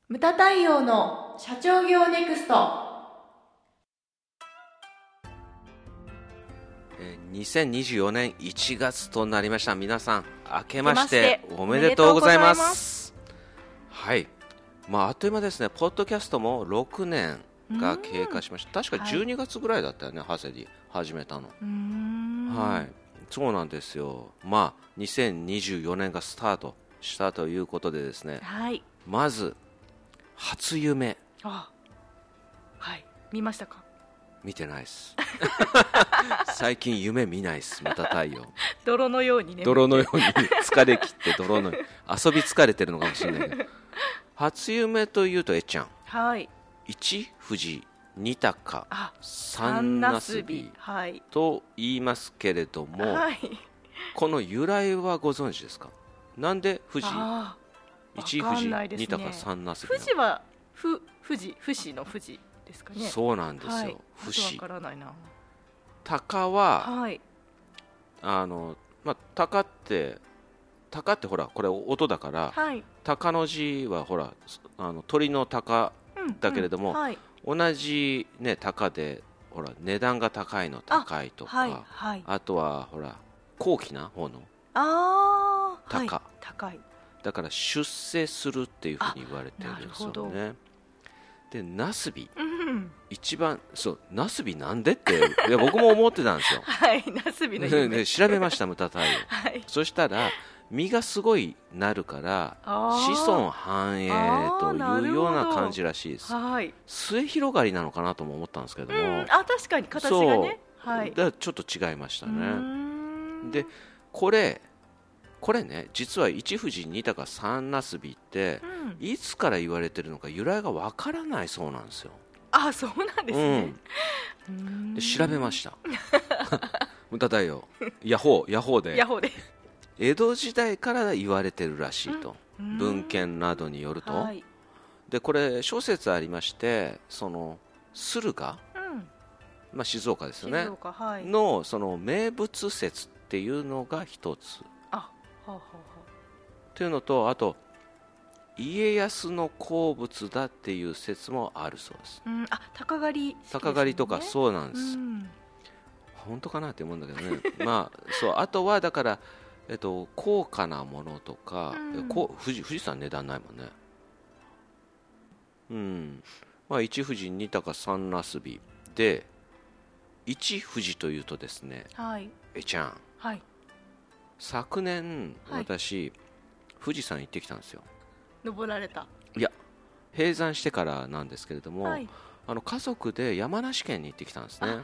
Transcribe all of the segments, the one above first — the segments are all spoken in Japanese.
ムタ太陽の社長業ネクスト。 2024年1月となりました。皆さん明けましておめでとうございます。はい、あっという間ですね。ポッドキャストも6年が経過しました。確か12月ぐらいだったよね、ハセディ始めたの。はい、そうなんですよ。2024年がスタートしたということでですね、 はい、 まず初夢。 はい、見ましたか？ 見てないです最近夢見ないです。また太陽泥のようにね、 泥のように疲れ切って泥の遊び疲れてるのかもしれないけど、初夢というとちゃん、 はい、 一富士二鷹三なすびと言いますけれども、 はい、 この由来はご存知ですか？なんで富士一富士二鷹三なすび？ 富士は富士の富士ですかね。 そうなんですよ、 はい、 富士。 わからないな。 鷹は、 はい、 鷹ってほらこれ音だから、 はい、 鷹の字はほら鳥の鷹だけれども、 はい、 同じね鷹でほら値段が高いの高いとか、 はいはい、 あとはほら高貴な方の鷹、 はい、高いだから出世するっていうふうに言われてるんですよね。でナスビ、一番そうナスビなんでっていや僕も思ってたんですよはい、ナスビの夢で調べました、ムタ太陽、 はい、 そしたら実がすごいなるから子孫繁栄というような感じらしいです。 はい、 末広がりなのかなとも思ったんですけども、 確かに形がね、はい、 だからちょっと違いましたね。でこれね、実は一富士二鷹三なすびって、いつから言われてるのか由来がわからないそうなんですよ。 そうなんですね、 で調べましたムタ太陽ヤホーで江戸時代から言われてるらしいと、文献などによると、はい、でこれ諸説ありまして、その駿河、静岡ですよね、はい、のその名物説っていうのが一つというのと、あと家康の好物だっていう説もあるそうです。 鷹狩りとかそうなんです、本当かなって思うんだけどねそう、あとはだから高価なものとか、富士山値段ないもんね。一富士二鷹三なすびで、一富士というとですね、 はい、 ちゃん、 はい、 昨年、私富士山行ってきたんですよ。 登られた？ いや閉山してからなんですけれども、家族で山梨県に行ってきたんですね。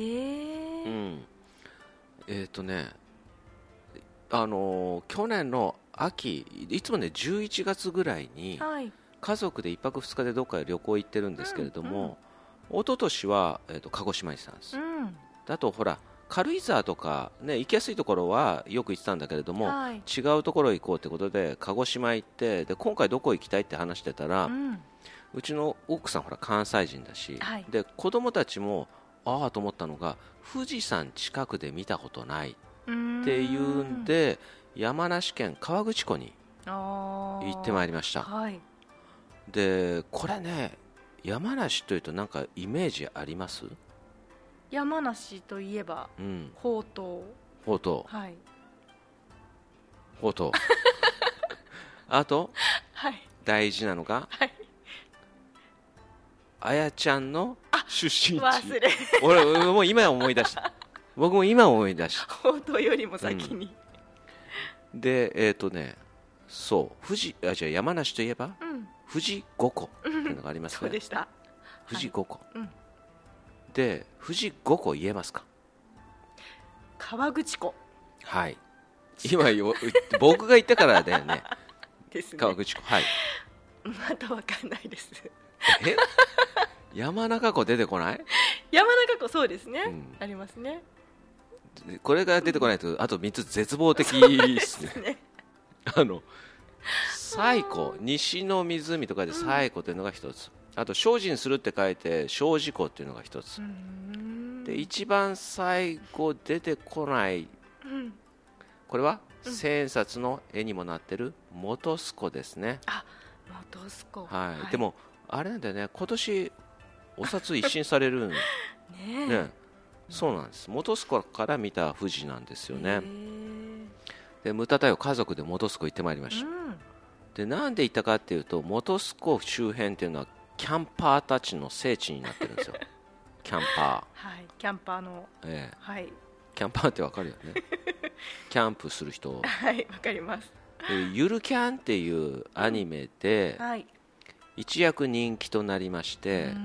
去年の秋、いつもね11月ぐらいに家族で1泊2日でどっか旅行行ってるんですけれども、一昨年は、鹿児島に行ってたんです、あとほら軽井沢とか、ね、行きやすいところはよく行ってたんだけれども、違うところ行こうということで鹿児島行って、で今回どこ行きたいって話してたら、うちの奥さんほら関西人だし、で子供たちもと思ったのが、富士山近くで見たことないっていうんで、山梨県河口湖に行ってまいりました、でこれね、山梨というとなんかイメージあります？ 山梨といえば、ほうとう、はい、 ほうとうあと、大事なのが、あやちゃんの出身地。俺もう今思い出した僕も今思い出した。 ほうとうよりも先に、 でそうじゃあ山梨といえば、富士五湖っていうのがありますね。 そうでした。 富士五湖、で富士五湖言えますか？ 河口湖。 はい、今僕が言ったからだよねですね。 河口湖、はい。 またわかんないです山中湖出てこない？ 山中湖、そうですね、ありますね。 これが出てこないと、あと3つ絶望的ですね西湖、西の湖とかで西湖というのが一つ、あと精進するって書いて精進湖っていうのが一つで、一番最後出てこない、これは千円札の絵にもなってる本栖湖ですね。 本栖湖、 はいはい、でもあれなんだよね、今年お札一新されるね、そうなんです。本栖湖から見た富士なんですよね。でムタ太陽家族で本栖湖行ってまいりました、でなんで行ったかっていうと、本栖湖周辺っていうのはキャンパーたちの聖地になってるんですよキャンパー、 はい、キャンパーの、 はい、キャンパーってわかるよねキャンプする人はいわかります。 ゆるキャンっていうアニメで一躍人気となりまして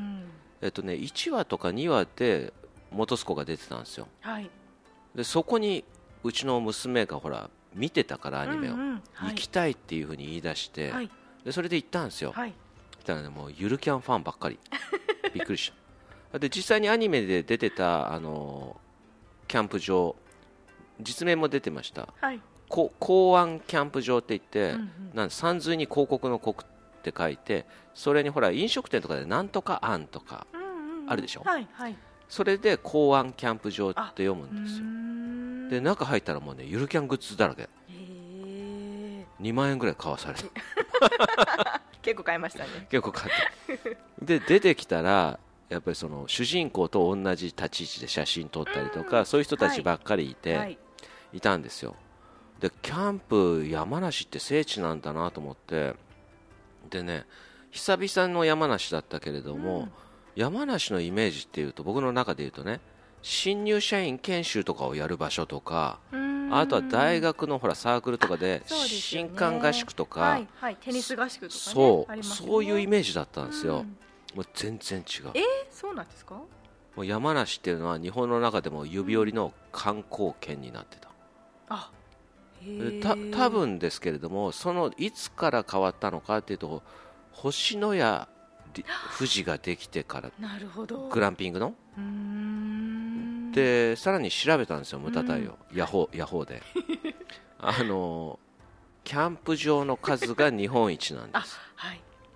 、1話とか2話で本栖湖が出てたんですよ、はい、でそこにうちの娘がほら見てたからアニメを、行きたいっていうふうに言い出して、はい、でそれで行ったんですよ、はい、そしたらね、もうゆるキャンファンばっかりびっくりしたで実際にアニメで出てたキャンプ場、実名も出てました、はい、港湾キャンプ場って言って、山水に広告の国って書いて、それにほら飲食店とかでなんとか庵とかあるでしょ、はいはい、それで港湾キャンプ場って読むんですよ。で中入ったらもうねゆるキャングッズだらけ、2万円ぐらい買わされた結構買いましたね。 結構買ったで出てきたらやっぱりその主人公と同じ立ち位置で写真撮ったりとか、そういう人たちばっかりいて、はい、いたんですよ。でキャンプ山梨って聖地なんだなと思って、でね久々の山梨だったけれども、山梨のイメージっていうと僕の中で言うとね、新入社員研修とかをやる場所とか、あとは大学のほらサークルとかで新歓合宿とか、はいはい、 テニス合宿とか、ね、 そういうイメージだったんですよ。もう全然違う。 そうなんですか。 もう山梨っていうのは日本の中でも指折りの観光県になってた。多分ですけれども、そのいつから変わったのかっていうと、星のや富士ができてから、 なるほど、 グランピングのでさらに調べたんですよ、ムタ太陽、ヤホーでキャンプ場の数が日本一なんですはい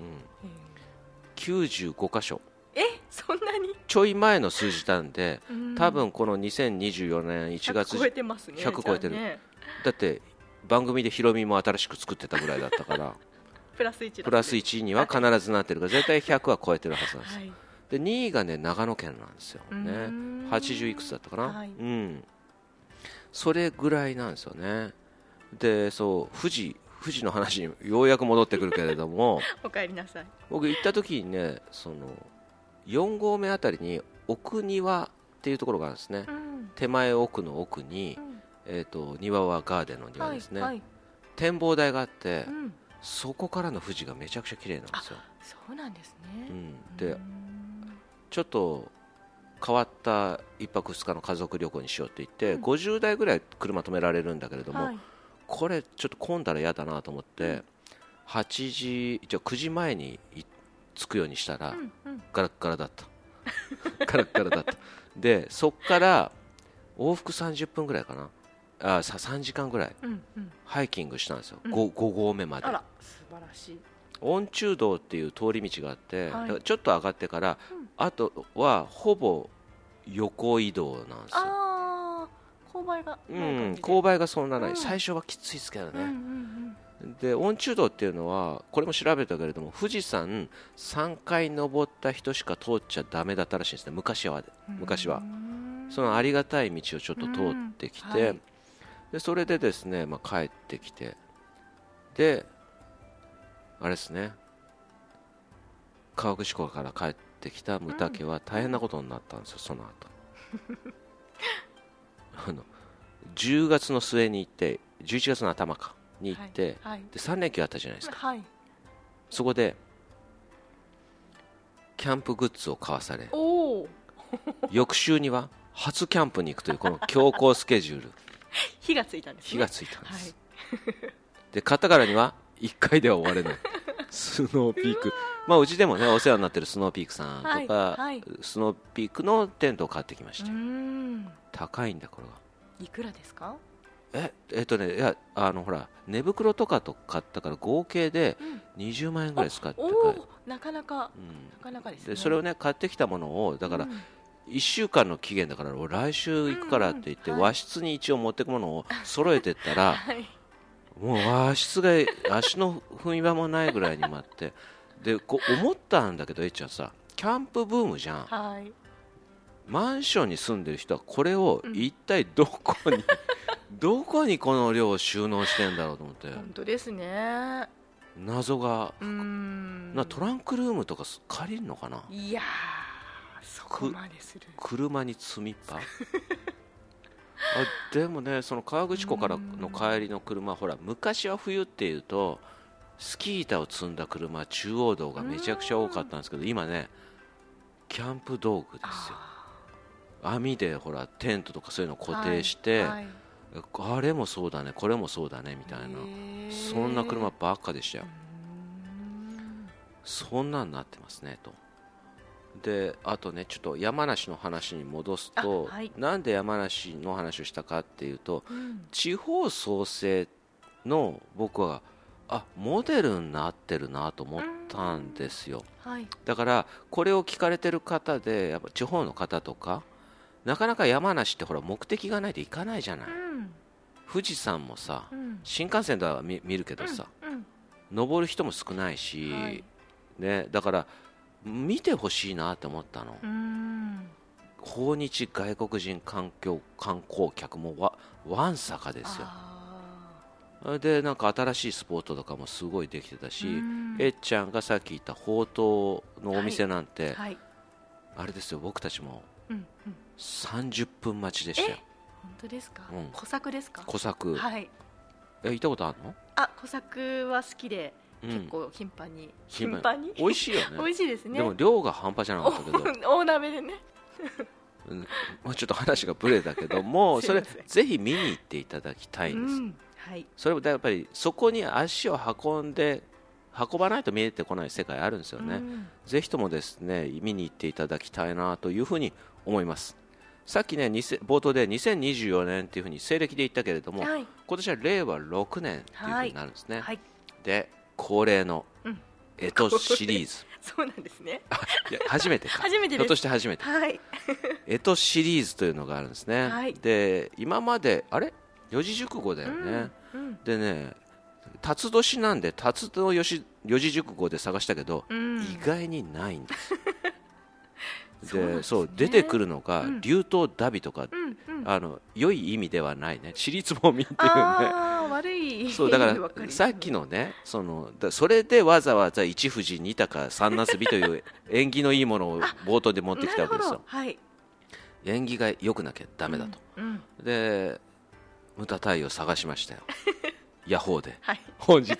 、95箇所。 そんなにちょい前の数字なんで、多分この2024年1月 100超えてますね。 100超えてる、ね、だって番組でヒロミも新しく作ってたぐらいだったからプラス1 には必ずなってるから、絶対100は超えてるはずなんです、はい、で2位がね長野県なんですよね。80いくつだったかな、はい、それぐらいなんですよね。でそう富士の話にようやく戻ってくるけれどもお帰りなさい。 僕行った時にね、その4合目あたりに奥庭っていうところがあるんですね、手前奥の奥に、庭はガーデンの庭ですね、はいはい、展望台があって、そこからの富士がめちゃくちゃ綺麗なんですよ。 そうなんですね、 でちょっと変わった1泊2日の家族旅行にしようって言って、50台ぐらい車止められるんだけれども、これちょっと混んだら嫌だなと思って、9時前に着くようにしたら、ガラッガラだったガラッガラだったでそこから往復30分ぐらいかな、3時間ぐらいハイキングしたんですよ、5合目まで。 あら素晴らしい。 温中道っていう通り道があって、ちょっと上がってから、あとはほぼ横移動なんですよ。 勾配が勾配がそんなない、最初はきついですけどね、で温中道っていうのはこれも調べたけれども、富士山3回登った人しか通っちゃダメだったらしいんですね、昔はそのありがたい道をちょっと通ってきて、でそれでですね、帰ってきて、であれですね、河口湖から帰ってきたムタ家は大変なことになったんですよ、その後10月の末に行って、11月の頭かに行って、で3連休あったじゃないですか、そこでキャンプグッズを買わされ翌週には初キャンプに行くというこの強行スケジュール火がついたんですね。 火がついたんです、で買ったからには1回では終われないスノーピーク、うちでもねお世話になってるスノーピークさんとか、スノーピークのテントを買ってきました。高いんだこれが。 いくらですか。 いやほら寝袋とかと買ったから合計で20万円ぐらい使ってなかなかですね。 でそれをね買ってきたものをだから、1週間の期限だから来週行くからって言って、和室に一応持ってくものを揃えていったら、 もう和室が足の踏み場もないぐらいに待ってでこう思ったんだけど、えっちゃんさ、キャンプブームじゃん、 はい、 マンションに住んでる人はこれを一体どこに、どこにこの量を収納してんだろうと思って。 本当ですね。 謎がトランクルームとか借りるのかな。 いやそこまでする。 車に積みっぱでもね、その河口湖からの帰りの車、ほら昔は冬っていうとスキー板を積んだ車、中央道がめちゃくちゃ多かったんですけど、今ねキャンプ道具ですよ。網でほらテントとかそういうのを固定して、はいはい、あれもそうだねこれもそうだねみたいな、そんな車ばっかでしたよ。そんなんなってますねと。であとね、ちょっと山梨の話に戻すと、はい、なんで山梨の話をしたかっていうと、地方創生の僕はモデルになってるなと思ったんですよ、はい、だからこれを聞かれてる方でやっぱ地方の方とか、なかなか山梨ってほら目的がないと行かないじゃない、富士山もさ、新幹線では 見るけどさ、登る人も少ないし、はいね、だから見てほしいなって思ったの。訪日外国人観光客もわんさかですよ。でなんか新しいスポットとかもすごいできてたし、えっちゃんがさっき言ったほうとうのお店なんて、はいはい、あれですよ、僕たちも30分待ちでしたよ。 本当ですか、小作ですか。 小作、 はい、 行ったことあるの。 小作は好きで結構頻繁に美味しいよね。 美味しいですね。 でも量が半端じゃなかったけど大鍋でねもうちょっと話がブレたけどもそれぜひ見に行っていただきたいんです、はい、それもやっぱりそこに足を運ばないと見えてこない世界あるんですよね、ぜひともですね見に行っていただきたいなというふうに思います。さっきね冒頭で2024年というふうに西暦で言ったけれども、はい、今年は令和6年というふうになるんですね、はい、で恒例の干支シリーズ、 そうなんですね。 いや初めてか初めてです。 ひょっとして初めて、 はい、 干支シリーズというのがあるんですね、はい、で今まで四字熟語だよね、でね辰年なんで辰の四字熟語で探したけど、意外にないんですでそう出てくるのが竜頭ダビとか、良い意味ではないね、尻つぼみっていうね、 悪いそうだからさっきのねそれでわざわざ一富士二鷹三なすびという縁起のいいものを冒頭で持ってきたわけですよ、はい、縁起が良くなきゃダメだと、でムタタイを探しましたよヤホーで、はい、本日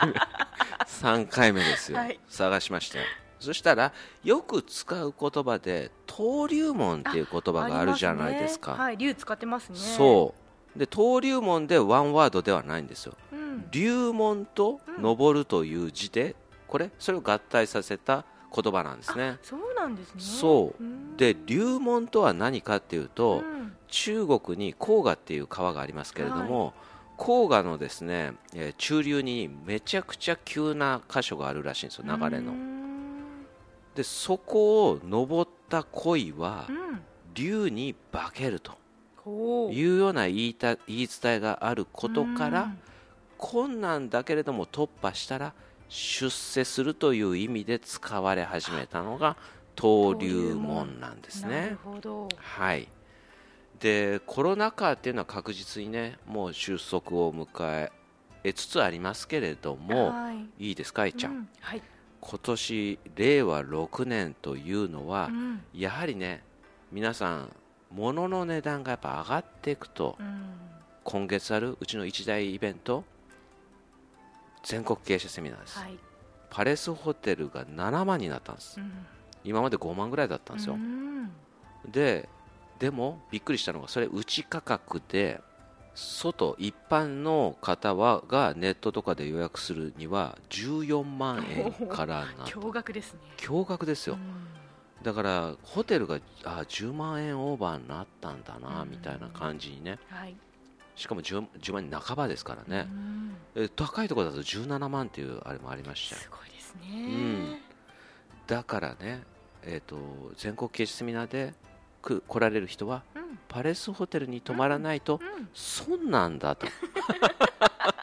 3回目ですよ、はい、探しましたよ。そしたらよく使う言葉で登竜門っていう言葉があるじゃないですか。 はい、竜使ってますね。 そうで登竜門でワンワードではないんですよ、竜門と登るという字で、それを合体させた言葉なんですね。 そうなんですね。 そうで竜門とは何かっていうと、中国に黄河っていう川がありますけれども、はい、黄河のですね、中流にめちゃくちゃ急な箇所があるらしいんですよ、流れの。でそこを登った鯉は、竜に化けるというような言い伝えがあることから、困難だけれども突破したら出世するという意味で使われ始めたのが登竜門なんですね。 なるほど。 はい。でコロナ禍っていうのは確実にねもう収束を迎えつつありますけれども、いいですか、いちゃん、はい、今年令和6年というのは、やはりね皆さん物の値段がやっぱ上がっていくと、今月あるうちの一大イベント全国経営者セミナーです、はい、パレスホテルが7万になったんです、今まで5万ぐらいだったんですよ、でもびっくりしたのがそれ内価格で外一般の方がネットとかで予約するには14万円からな驚愕ですね。 驚愕ですよ、だからホテルが10万円オーバーになったんだなみたいな感じにね、はい、しかも 10万円半ばですからね、高いところだと17万っていうあれもありましたよ。 すごいですね、 だからね、全国経営者セミナーで来られる人は、パレスホテルに泊まらないと損なんだと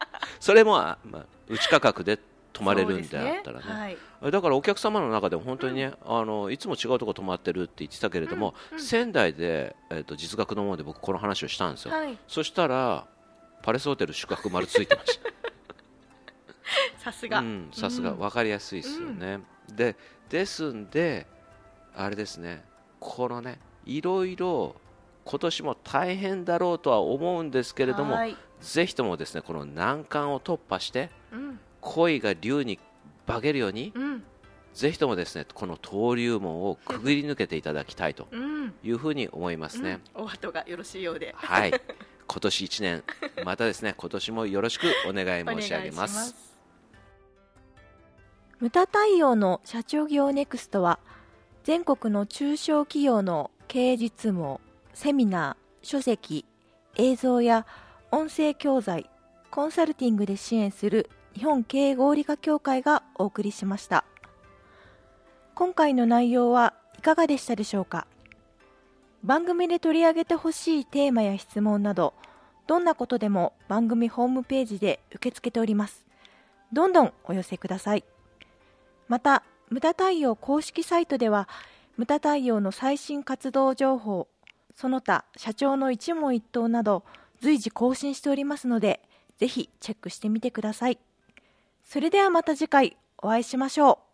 それも、内価格で泊まれるんであったら ね、だからお客様の中でも本当にね、いつも違うところ泊まってるって言ってたけれども、仙台で、実学のもので僕この話をしたんですよ、そしたらパレスホテル宿泊丸ついてましたさすが、 さすが分かりやすいですよね、ですんであれですね、このねいろいろ今年も大変だろうとは思うんですけれども、ぜひともですねこの難関を突破して、恋が竜に化けるように、ぜひともですねこの登竜門をくぐり抜けていただきたいというふうに思いますね、 お後がよろしいようで、 はい、今年1年またですね今年もよろしくお願い申し上げます。 ムタ太陽の社長業ネクストは、全国の中小企業の経営実務、セミナー、書籍、映像や音声教材、コンサルティングで支援する日本経営合理化協会がお送りしました。今回の内容はいかがでしたでしょうか。番組で取り上げてほしいテーマや質問など、どんなことでも番組ホームページで受け付けております。どんどんお寄せください。また、ムタ太陽公式サイトでは、ムタ太陽の最新活動情報、その他社長の一問一答など随時更新しておりますので、ぜひチェックしてみてください。それではまた次回お会いしましょう。